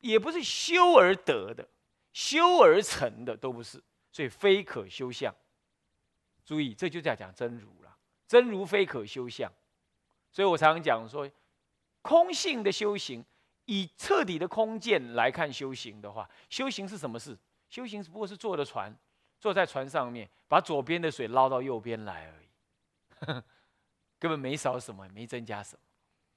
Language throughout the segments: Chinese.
也不是修而得的，修而成的都不是，所以非可修相。注意，这就在讲真如了，真如非可修相。所以我常常讲说，空性的修行，以彻底的空见来看修行的话，修行是什么事？修行不过是坐的船，坐在船上面，把左边的水捞到右边来而已，根本没少什么，没增加什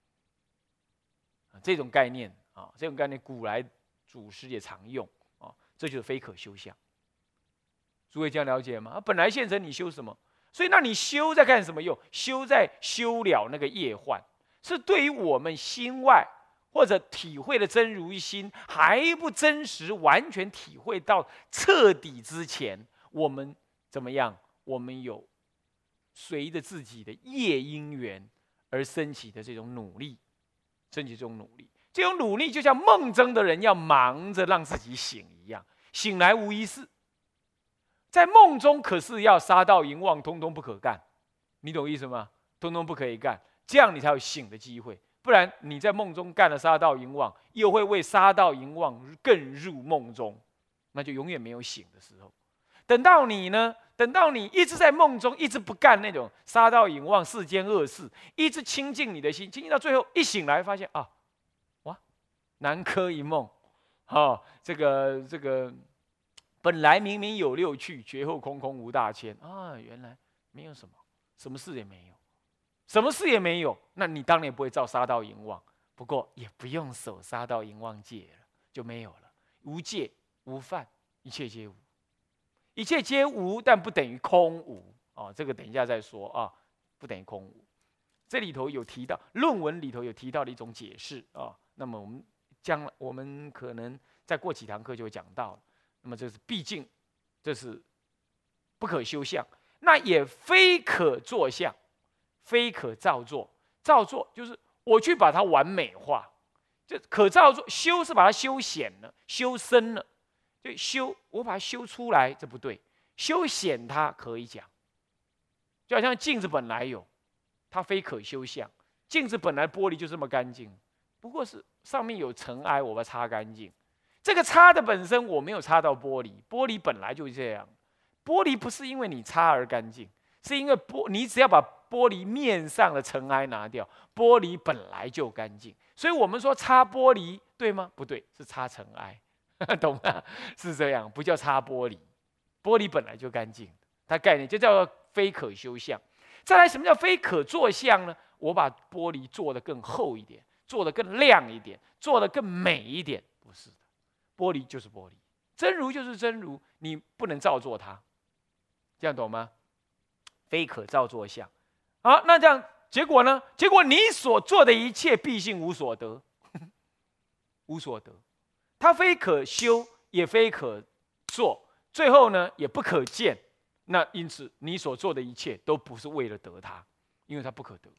么。这种概念啊，这种概念古来祖师也常用啊，这就是非可修相。诸位这样了解吗？本来现成你修什么？所以那你修在干什么用？修在修了那个业患，是对于我们心外或者体会的真如心还不真实，完全体会到彻底之前，我们怎么样？我们有随着自己的业因缘而升起的这种努力，升起这种努力，这种努力就像梦中的人要忙着让自己醒一样，醒来无一事。在梦中可是要杀盗淫妄，通通不可干，你懂意思吗？通通不可以干，这样你才有醒的机会。不然你在梦中干了杀盗淫妄，又会为杀盗淫妄更入梦中，那就永远没有醒的时候。等到你呢？等到你一直在梦中，一直不干那种杀盗淫妄世间恶事，一直清净你的心，清净到最后一醒来，发现啊，哇，南柯一梦，这个。本来明明有六趣，绝后空空无大千啊！原来没有什么，什么事也没有，什么事也没有。那你当然也不会造杀盗淫妄，不过也不用守杀盗淫妄戒了，就没有了。无戒无犯，一切皆无，一切皆无，但不等于空无啊！这个等一下再说啊，不等于空无。这里头有提到，论文里头有提到的一种解释啊。那么我们可能再过几堂课就会讲到了。那么这是毕竟，这是不可修相，那也非可作相，非可造作。造作就是我去把它完美化，这可造作。修是把它修显了、修深了，就修我把它修出来，这不对。修显它可以讲，就好像镜子本来有，它非可修相。镜子本来玻璃就这么干净，不过是上面有尘埃，我把它擦干净。这个擦的本身我没有擦到玻璃，玻璃本来就这样。玻璃不是因为你擦而干净，是因为你只要把玻璃面上的尘埃拿掉，玻璃本来就干净。所以我们说擦玻璃对吗？不对，是擦尘埃，懂吗？是这样，不叫擦玻璃，玻璃本来就干净，它概念就叫做非可修相。再来，什么叫非可作相呢？我把玻璃做得更厚一点，做得更亮一点，做得更美一点，不是的。玻璃就是玻璃，真如就是真如，你不能造作它，这样懂吗？非可造作相。好，那这样结果呢？结果你所做的一切必性无所得，无所得，它非可修，也非可做，最后呢也不可见。那因此你所做的一切都不是为了得它，因为它不可得。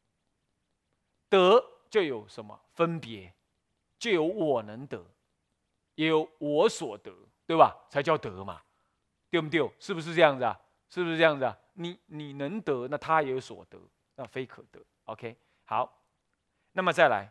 得就有什么分别，就有我能得。也有我所得，对吧？才叫得嘛，对不对？是不是这样子啊？是不是这样子啊？你能得，那他也有所得，那非可得。OK， 好，那么再来，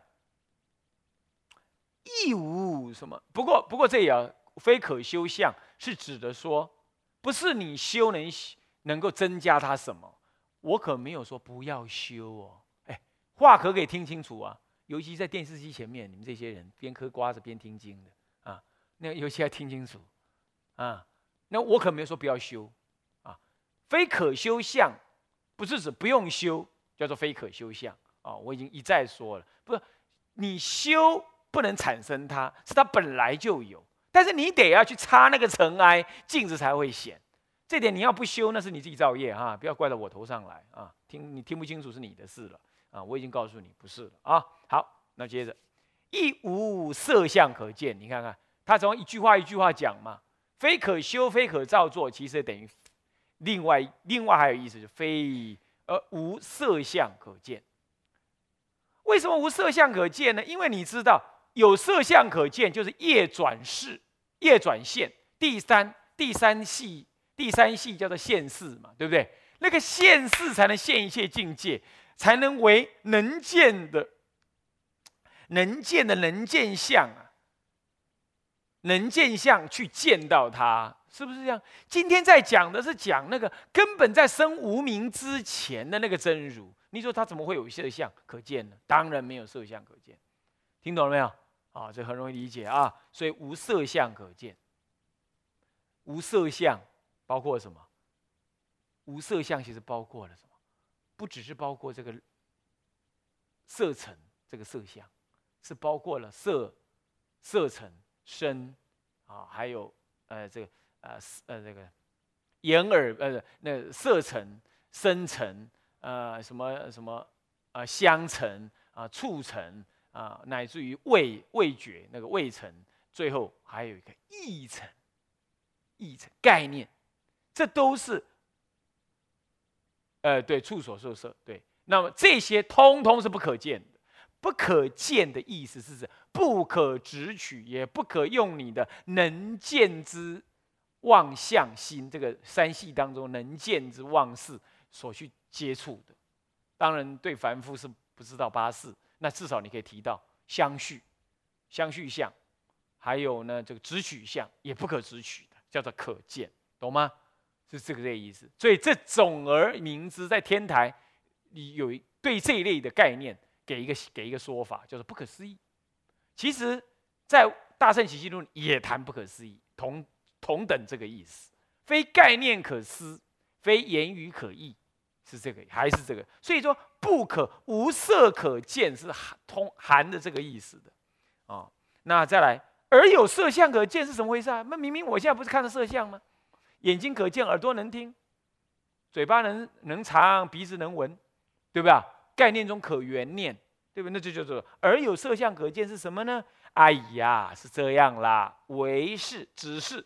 亦无什么？不过这也非可修相，是指的说，不是你修能够增加它什么。我可没有说不要修哦，话可给听清楚啊！尤其在电视机前面，你们这些人边嗑瓜子边听经的。那尤其要听清楚，那我可没有说不要修，非可修相，不是指不用修，叫做非可修相我已经一再说了，不是你修不能产生它，是它本来就有，但是你得要去擦那个尘埃，镜子才会显。这点你要不修，那是你自己造业不要怪到我头上来你听不清楚是你的事了我已经告诉你不是了好，那接着，亦无色相可见，你看看。他从一句话一句话讲嘛，非可修，非可造作，其实等于另外还有意思，就非无色相可见。为什么无色相可见呢？因为你知道有色相可见，就是业转世、业转现，第三系叫做现世嘛，对不对？那个现世才能现一切境界，才能为能见的能见相能见相去见到它，是不是这样？今天在讲的是讲那个根本在生无明之前的那个真如。你说它怎么会有色相可见呢？当然没有色相可见，听懂了没有？啊，这很容易理解啊。所以无色相可见，无色相包括什么？无色相其实包括了什么？不只是包括这个色尘这个色相，是包括了色尘身啊，还有这个这个眼耳那色尘声尘什么什么香尘触尘乃至于味觉那个味尘，最后还有一个意尘概念，这都是对触所受色对。那么这些通通是不可见的。不可见的意思是指不可直取，也不可用你的能见之望相心，这个三系当中能见之望事所去接触的。当然，对凡夫是不知道八事，那至少你可以提到相续相，还有呢这个直取相也不可直取的，叫做可见，懂吗？是这个意思。所以这总而明之，在天台你有对这一类的概念。给一个说法，叫做不可思议。其实，在《大乘起信论》也谈不可思议，同等这个意思，非概念可思，非言语可议，是这个，还是这个。所以说，不可无色可见是含的这个意思的啊。那再来，而有色相可见是什么回事啊？那明明我现在不是看的色相吗？眼睛可见，耳朵能听，嘴巴能尝，鼻子能闻，对吧？概念中可缘念，对不对？那就叫做而有色相可见是什么呢？哎呀，是这样啦，唯是只是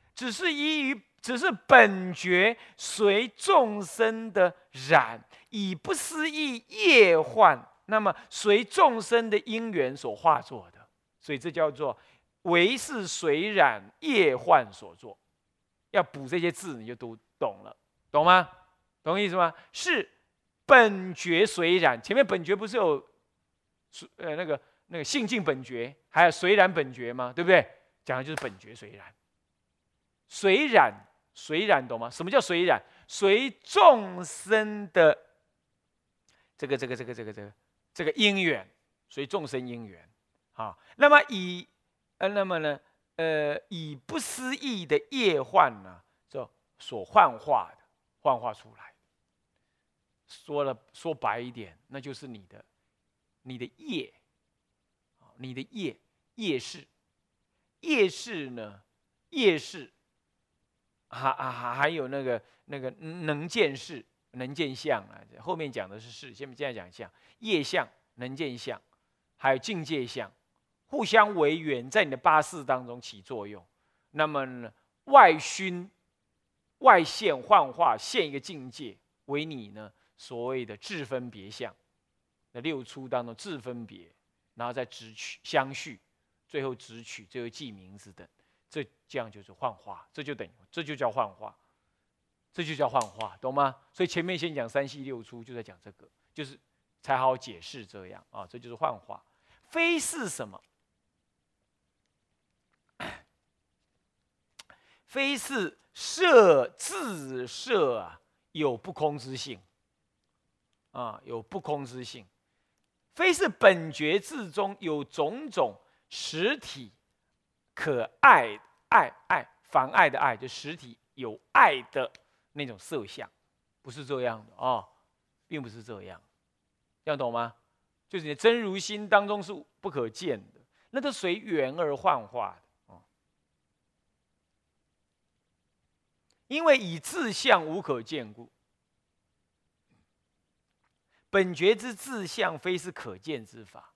本觉随众生的染，以不思议业幻，那么随众生的因缘所化作的，所以这叫做唯是随染业幻所作。要补这些字，你就都懂了，懂吗？懂意思吗？是。本觉随染，前面本觉不是有那个性净本觉，还有随染本觉吗？对不对？讲的就是本觉随染，随染懂吗？什么叫随染？随众生的这个因缘，随众生因缘啊。那么以不思议的业幻呢，所幻化出来。说白一点，那就是你的业，你的业识呢，业识还有那个能见识、能见相啊。后面讲的是事，现在讲相，业相、能见相，还有境界相，互相为缘，在你的八识当中起作用。那么呢，外熏、外现、幻化，现一个境界为你呢。所谓的智分别相，那六出当中智分别，然后再直取相续，最后直取，最后记名字等，这样就是幻化，这就叫幻化，懂吗？所以前面先讲三系六出，就在讲这个，就是才好解释这样啊，这就是幻化，非是什么？非是自设啊，有不空之性。有不空之性，非是本觉智中有种种实体可妨碍的爱，就实体有爱的那种色相，不是这样的并不是这样，这样懂吗？就是你的真如心当中是不可见的，那都随缘而幻化的因为以自相无可见故。本觉之自相，非是可见之法。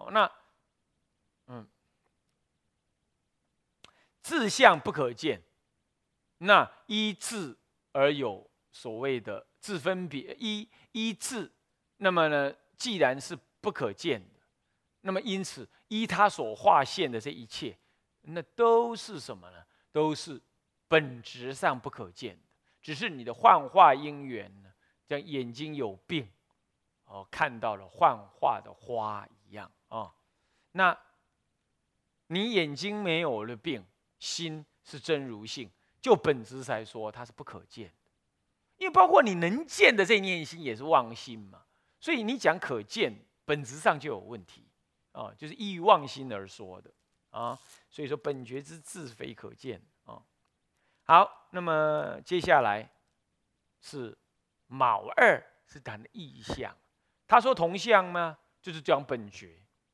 自相不可见，那依自而有所谓的自分别，依自，那么呢，既然是不可见的，那么因此依他所化现的这一切，那都是什么呢？都是本质上不可见的，只是你的幻化因缘呢，像眼睛有病。看到了幻化的花一样那你眼睛没有了病，心是真如性，就本质来说，它是不可见的。因为包括你能见的这念心也是妄心嘛，所以你讲可见，本质上就有问题啊，就是依于妄心而说的啊。所以说本觉之自非可见啊。好，那么接下来是卯二，是谈的意象。他说同相吗？就是讲本觉。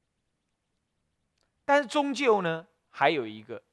但是终究呢，还有一个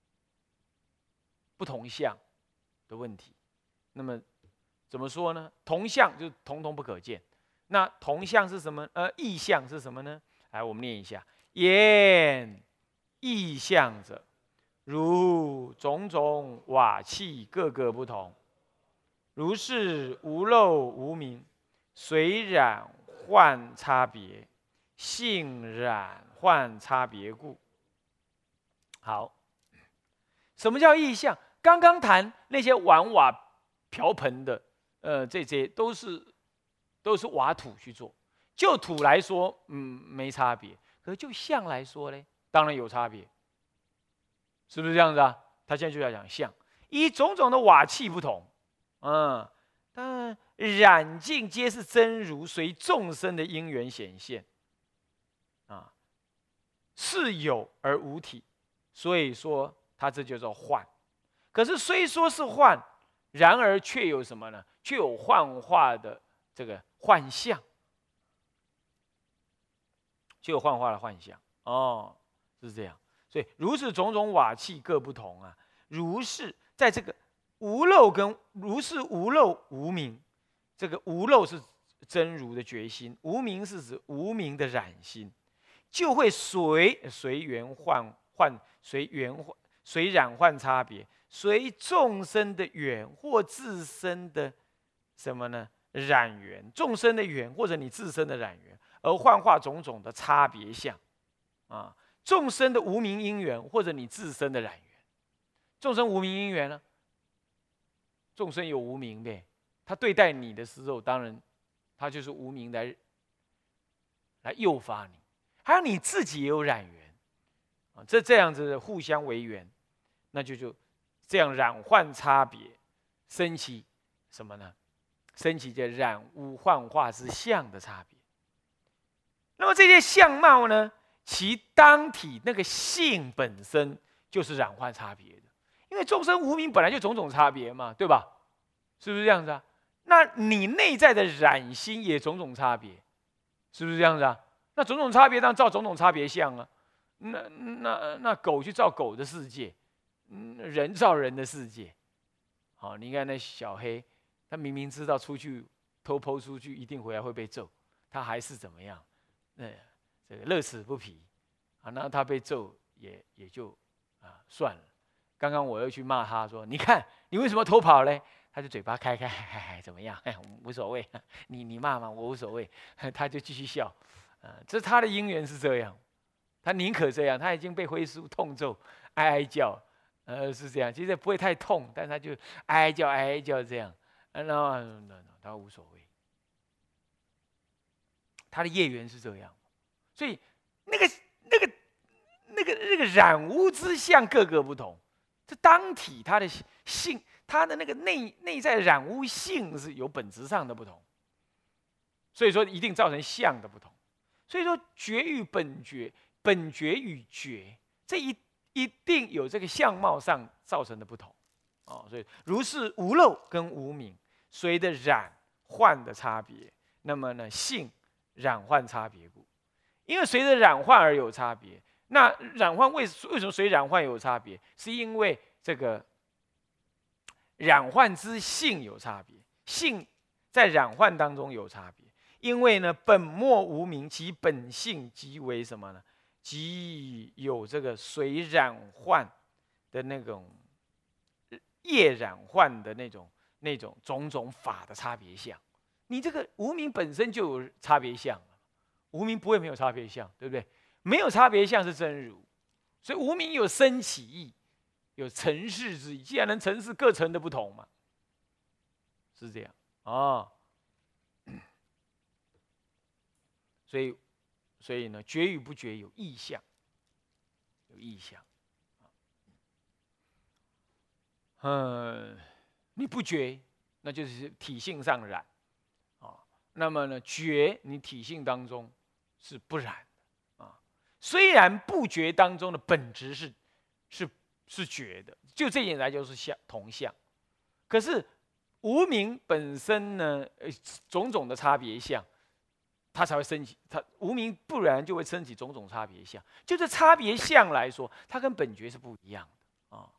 不同相的问题。那么怎么说呢？同相就统统不可见。那同相是什么？异相是什么呢？来，我们念一下：言异相者，如种种瓦器，各个不同。如是无漏无明，随染幻差别，性染幻差别故。好，什么叫异象？刚刚谈那些碗瓦瓢盆的，这些都是瓦土去做。就土来说，没差别。可是就相来说呢，当然有差别，是不是这样子啊？他现在就要讲相，依种种的瓦器不同，但染净皆是真如，随众生的因缘显现，是有而无体，所以说它这就叫幻。可是虽说是幻，然而却有什么呢？却有幻化的这个幻象，就有幻化的幻象哦，是这样。所以如是种种瓦器各不同啊，如是在这个无漏跟如是无漏无明，这个无漏是真如的觉心，无明是指无明的染心，就会随缘随染幻差别，随众生的缘或自身的什么呢？染缘，众生的缘或者你自身的染缘，而幻化种种的差别相啊。众生的无明因缘或者你自身的染缘，众生无明因缘呢？众生有无明呗，他对待你的时候，当然他就是无明来诱发你，还有你自己也有染缘啊，这样子互相为缘，那就这样染幻差别，升起什么呢？升起这染污幻化之相的差别。那么这些相貌呢，其当体那个性本身就是染幻差别的，因为众生无明本来就种种差别嘛，对吧？是不是这样子啊？那你内在的染心也种种差别，是不是这样子啊？那种种差别当然造种种差别相啊。那狗去造狗的世界，人造人的世界。好，你看那小黑，他明明知道出去偷剖出去一定回来会被揍，他还是怎么样？这个乐此不疲啊。那他被揍也就算了。刚刚我又去骂他说：“你看你为什么偷跑嘞？”他就嘴巴开开，怎么样？无所谓，你骂我无所谓。他就继续笑，这他的因缘是这样，他宁可这样，他已经被灰叔痛揍，哀哀叫，是这样，其实不会太痛，但他就哀哀叫这样，他无所谓，他的业缘是这样，所以那个染污之相各个不同，这当体他的性。它的那个内在染污性是有本质上的不同，所以说一定造成相的不同。所以说觉与本觉，本觉与觉，这一定有这个相貌上造成的不同所以如是无漏跟无明，随着染幻的差别，那么呢性染幻差别故，因为随着染幻而有差别。那染幻为什么随染幻有差别？是因为这个。染幻之性有差别，性在染幻当中有差别，因为呢，本末无明，其本性即为什么呢？即有这个随染幻的那种业染幻的那种种种法的差别相。你这个无明本身就有差别相，无明不会没有差别相，对不对？没有差别相是真如，所以无明有生起义。有层次之意，既然能层次各层的不同嘛，是这样所以呢，觉与不觉有异相， 有异象。你不觉，那就是体性上染啊。那么呢，觉你体性当中是不染的啊。虽然不觉当中的本质是觉的，就这一点来就是同相。可是无明本身呢，种种的差别相，它才会升起。它无明不然就会升起种种差别相。就这差别相来说，它跟本觉是不一样的啊。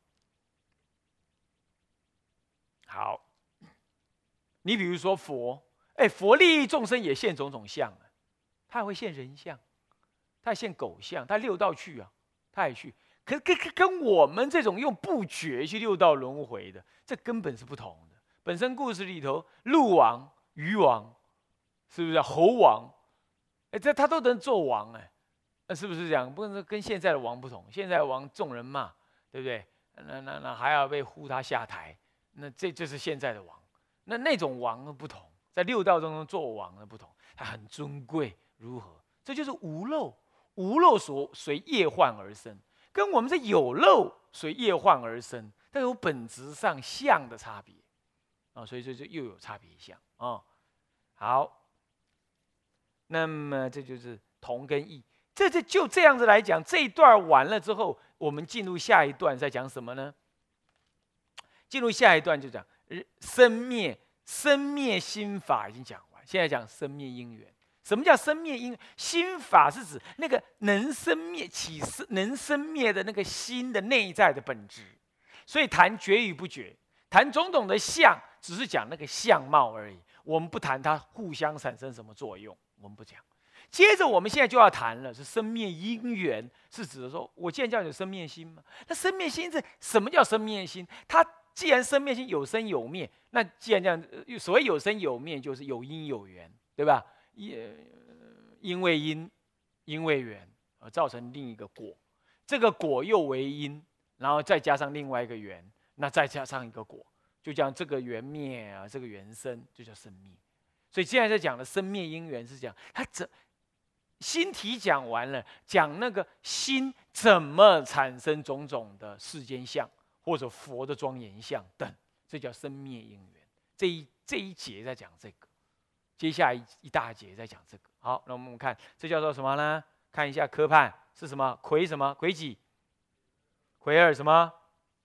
好，你比如说佛，佛利益众生也现种种相啊，他也会现人相，他也现狗相，他六道去啊，他也去。可跟我们这种用不觉去六道轮回的，这根本是不同的。本身故事里头，鹿王、鱼王，是不是猴王？这他都能做王那是不是这样？不是跟现在的王不同，现在的王众人骂，对不对？那还要被呼他下台。那这就是现在的王，那种王不同，在六道中做王的不同，他很尊贵，如何？这就是无漏，无漏所随业幻而生，跟我们这有漏随业幻而生，但有本质上相的差别啊，所以这就又有差别相啊。好，那么这就是同跟异，就这样子来讲，这一段完了之后，我们进入下一段在讲什么呢？进入下一段就讲生灭心法已经讲完，现在讲生灭因缘。什么叫生灭因？心法是指那个能生灭能生灭的那个心的内在的本质。所以谈觉与不觉，谈种种的相，只是讲那个相貌而已。我们不谈它互相产生什么作用，我们不讲。接着我们现在就要谈了，是生灭因缘，是指的说，我既然叫有生灭心嘛，那生灭心是什么叫生灭心？它既然生灭心有生有灭，那既然这样，所谓有生有灭，就是有因有缘，对吧？因为因，因为缘而造成另一个果，这个果又为因，然后再加上另外一个缘，那再加上一个果，就讲这个缘灭啊，这个缘生，就叫生灭。所以现在在讲的生灭因缘是讲它心体讲完了，讲那个心怎么产生种种的世间相。或者佛的庄严相等，这叫生灭因缘。这一节在讲这个，接下来一大节在讲这个。好，那我们看这叫做什么呢？看一下科判是什么？癸什么？癸几？癸二什么？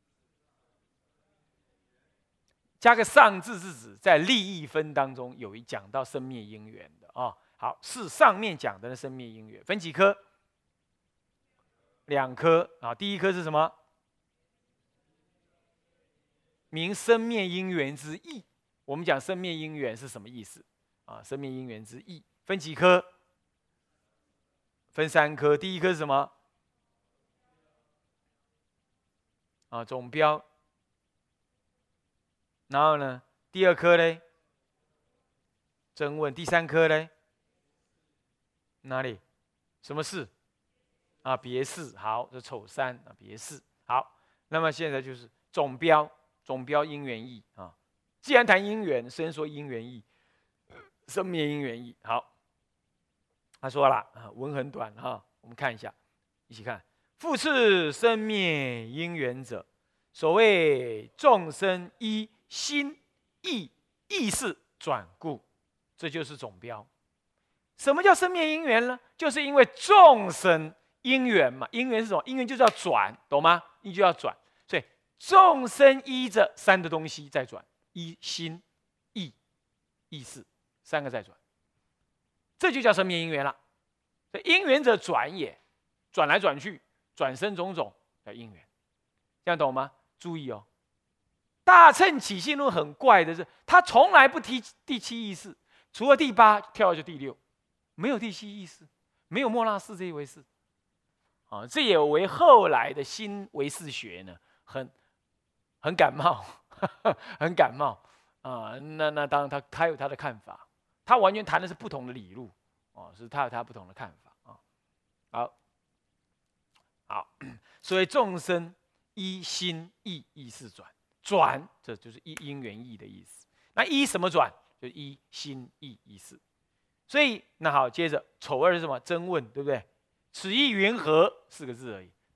加个上字是指在利益分当中有一讲到生灭因缘的啊。好，是上面讲的生灭因缘，分几科？2科啊。第一科是什么？名生灭因缘之义。我们讲生灭因缘是什么意思啊？生灭因缘之义分几科？分3科。第一科是什么？啊，总标。然后呢，第2科呢？真问。第3科呢？哪里？什么事？啊，别事。好，这丑三啊，别事。好，那么现在就是总标。总标因缘义啊，既然谈因缘，先说因缘义，生灭因缘义。好，他说了啊，文很短哈，我们看一下，一起看。复次生灭因缘者，所谓众生依心意识转故，这就是总标。什么叫生灭因缘呢？就是因为众生因缘嘛，因缘是什么？因缘就是要转，懂吗？因就要转。众生依着3的东西在转，依心、意识3个在转，这就叫生灭因缘了。因缘者转也，转来转去，转生种种的因缘，这样懂吗？注意哦，大乘起信论很怪的是，他从来不提第7意识，除了第8跳就第6，没有第7意识，没有末那识这一回事。啊，这也为后来的新唯识学呢，很感冒，很感冒啊！那当然他有他的看法，他完全谈的是不同的理路哦，是他有他不同的看法啊。好，所以众生依心意识转，这就是因缘义的意思。那依什么转？就是依心意识。所以那好，接着丑2是什么？真问，对不对？此意云何？4个字而已。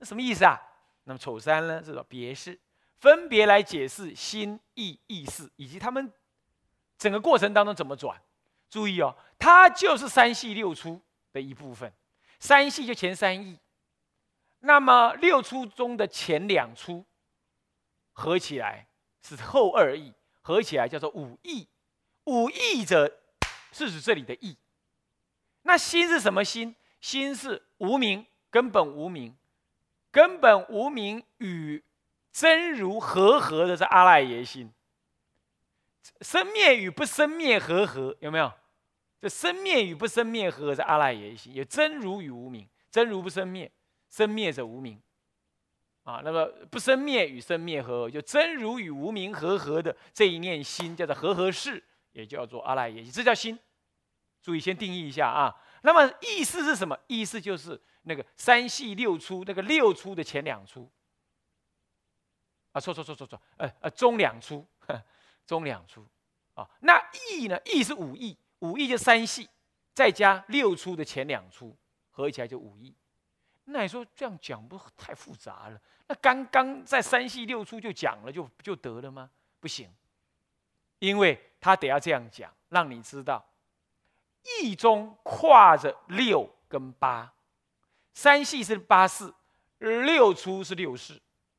那什么意思啊？那么丑三呢，这种别释，分别来解释心意意识，以及他们整个过程当中怎么转。注意哦，它就是三系六出的一部分。三系就前三义，那么六出中的前两出合起来是后二义，合起来叫做五义。五义者是指这里的义。那心是什么心？心是无明，根本无明，根本无明与真如合的是阿赖耶心。生灭与不生灭合，有没有？这生灭与不生灭合是阿赖耶心，有真如与无明，真如不生灭，生灭者无明。啊，那么不生灭与生灭合，就真如与无明合的这一念心，叫做合事，也叫做阿赖耶心，这叫心。注意，先定义一下啊。那么意思是什么？意思就是那个三系六出，那个六出的前两出。啊，错，中两出，中两出。啊，那义呢？义是五义，五义就三系，再加六出的前两出，合起来就五义。那你说这样讲不太复杂了？那刚刚在三系六出就讲了就得了吗？不行，因为他得要这样讲，让你知道，义中跨着六跟八，三系是八事，六出是六事，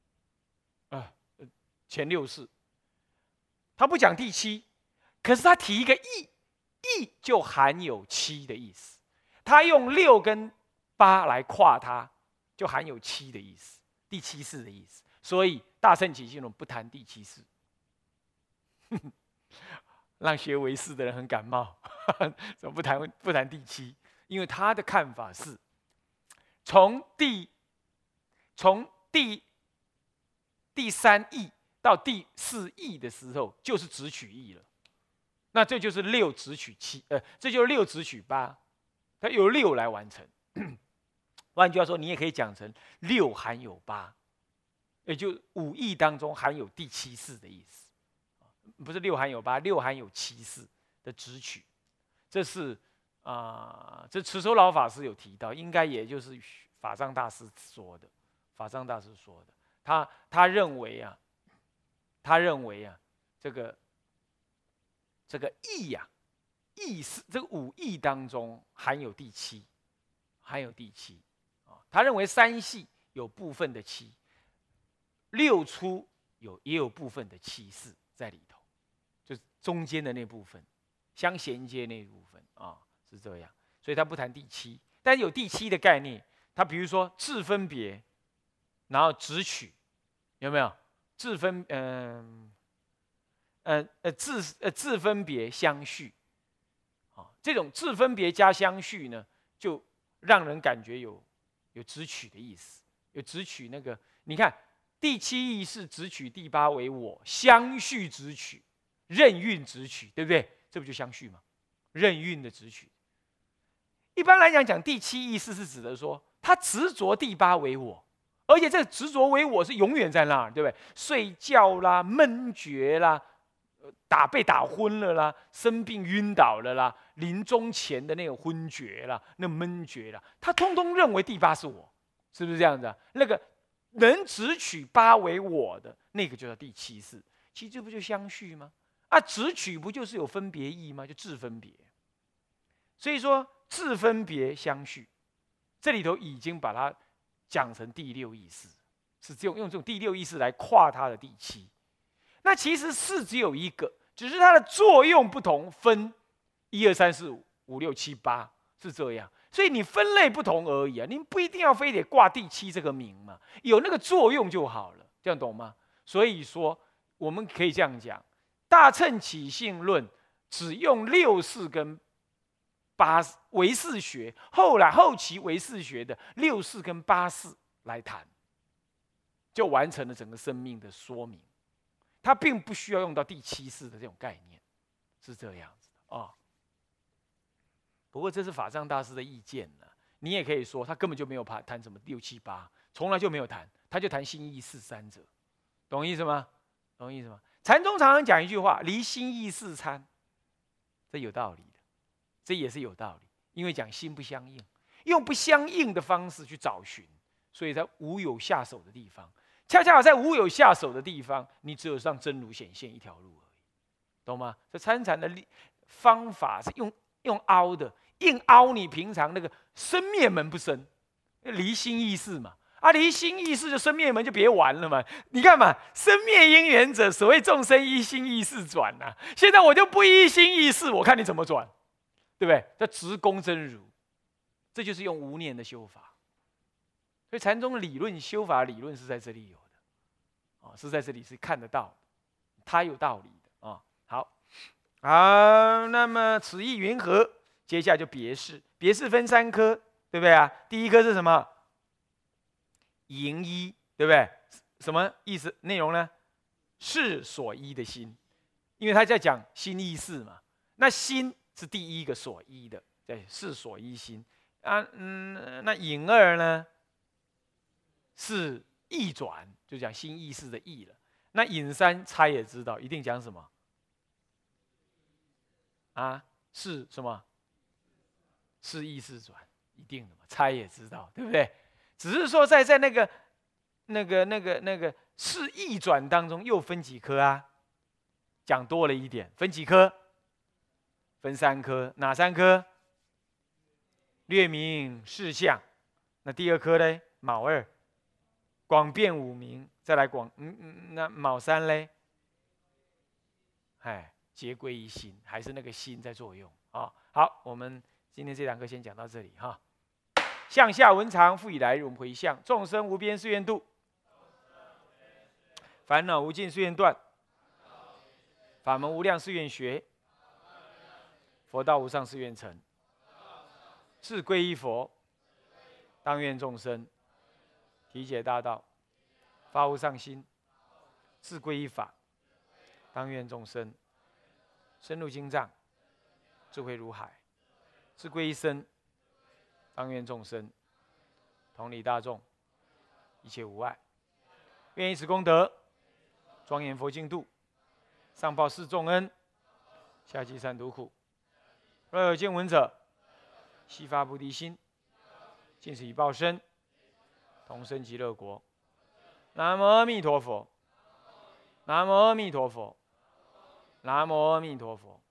前六事，他不讲第七，可是他提一个义，义就含有七的意思，他用六跟八来跨它，就含有七的意思，第七世的意思。所以大乘起信论不谈第七世，让学唯识的人很感冒。怎么不谈第七？因为他的看法是，从第三义到第四义的时候，就是直取义了。那这就是六直取七，这就是六直取八，它由六来完成。换句话说，你也可以讲成六含有八，也就五义当中含有第七世的意思，不是六含有八，六含有七世的直取。这是这慈州老法师有提到，应该也就是法藏大师说的。法藏大师说的，他认为啊，这个义呀，义是这个五义当中含有第七，他认为三系有部分的七，六出也有部分的七事在里头，就是中间的那部分，相衔接那部分啊，是这样。所以他不谈第七，但是有第七的概念。他比如说自分别，然后直取，有没有？自分自分别相续，这种自分别加相续呢，就让人感觉有直取的意思，有直取那个。你看第七义是直取第八为我，相续直取，任运直取，对不对？这不就相续吗？任运的直取。一般来讲，第七意识是指的说，他执着第八为我，而且这个执着为我是永远在那儿，对不对？睡觉啦，闷觉啦，被打昏了啦，生病晕倒了啦，临终前的那种昏厥啦，那闷觉啦，他通通认为第八是我，是不是这样子啊？那个能只取八为我的那个就叫第七世，其实这不就相续吗？啊，只取不就是有分别意吗？就自分别。所以说自分别相续，这里头已经把它讲成第六意识，是用这种第六意识来跨它的第七。那其实是只有一个，只是它的作用不同，分1、2、3、4、5、6、7、8是这样。所以你分类不同而已啊，你不一定要非得挂第七这个名嘛，有那个作用就好了，这样懂吗？所以说我们可以这样讲，大乘起信论只用六识跟八唯识学，后期唯识学的六识跟八识来谈，就完成了整个生命的说明。它并不需要用到第七识的这种概念，是这样子的啊。不过这是法藏大师的意见呢，你也可以说他根本就没有谈什么6、7、8，从来就没有谈，他就谈心意识三者，懂意思吗？懂意思吗？禅宗常常讲一句话：离心意识参，这有道理的，这也是有道理，因为讲心不相应，用不相应的方式去找寻， 所以在无有下手的地方，恰恰在无有下手的地方，你只有让真如显现一条路而已，懂吗？这参禅的方法是用凹的，硬凹你平常那个生灭门不生，离心意识嘛。啊，离心意识就生灭门就别玩了嘛！你看嘛，生灭因缘者，所谓众生依心意识转呐、现在我就不依心意识，我看你怎么转，对不对？叫直攻真如，这就是用无念的修法。所以禅宗理论修法理论是在这里有的，是在这里是看得到的，它有道理的啊。好，那么此意云何？接下来就别释，别释分3科，对不对啊？第一科是什么？营一，对不对？什么意思？内容呢？是所依的心，因为他在讲心意识嘛。那心是第一个所依的，对，是所依心啊。那引二呢？是意转，就讲心意识的意了。那引3猜也知道，一定讲什么？啊，是什么？是意识转，一定的嘛，猜也知道，对不对？只是说在那个是意转当中又分几科啊？讲多了一点，分几科？分3科，哪3科？略明事项。那第2科呢？卯2，广辩五明，再来那卯3嘞？皆归于心，还是那个心在作用啊。好，我们今天这2课先讲到这里哈。向下文长，复以来日，我们回向众生无边誓愿度，烦恼无尽誓愿断，法门无量誓愿学，佛道无上誓愿成。志归依佛，当愿众生体解大道，发无上心；志归依法，当愿众生深入经藏，智慧如海；志归依僧，当愿众生同理大众，一切无碍。愿以此功德，庄严佛净土，上报四重恩，下济三途苦。若有见闻者，悉发菩提心，尽此以报身，同生极乐国。南无阿弥陀佛。南无阿弥陀佛。南无阿弥陀佛。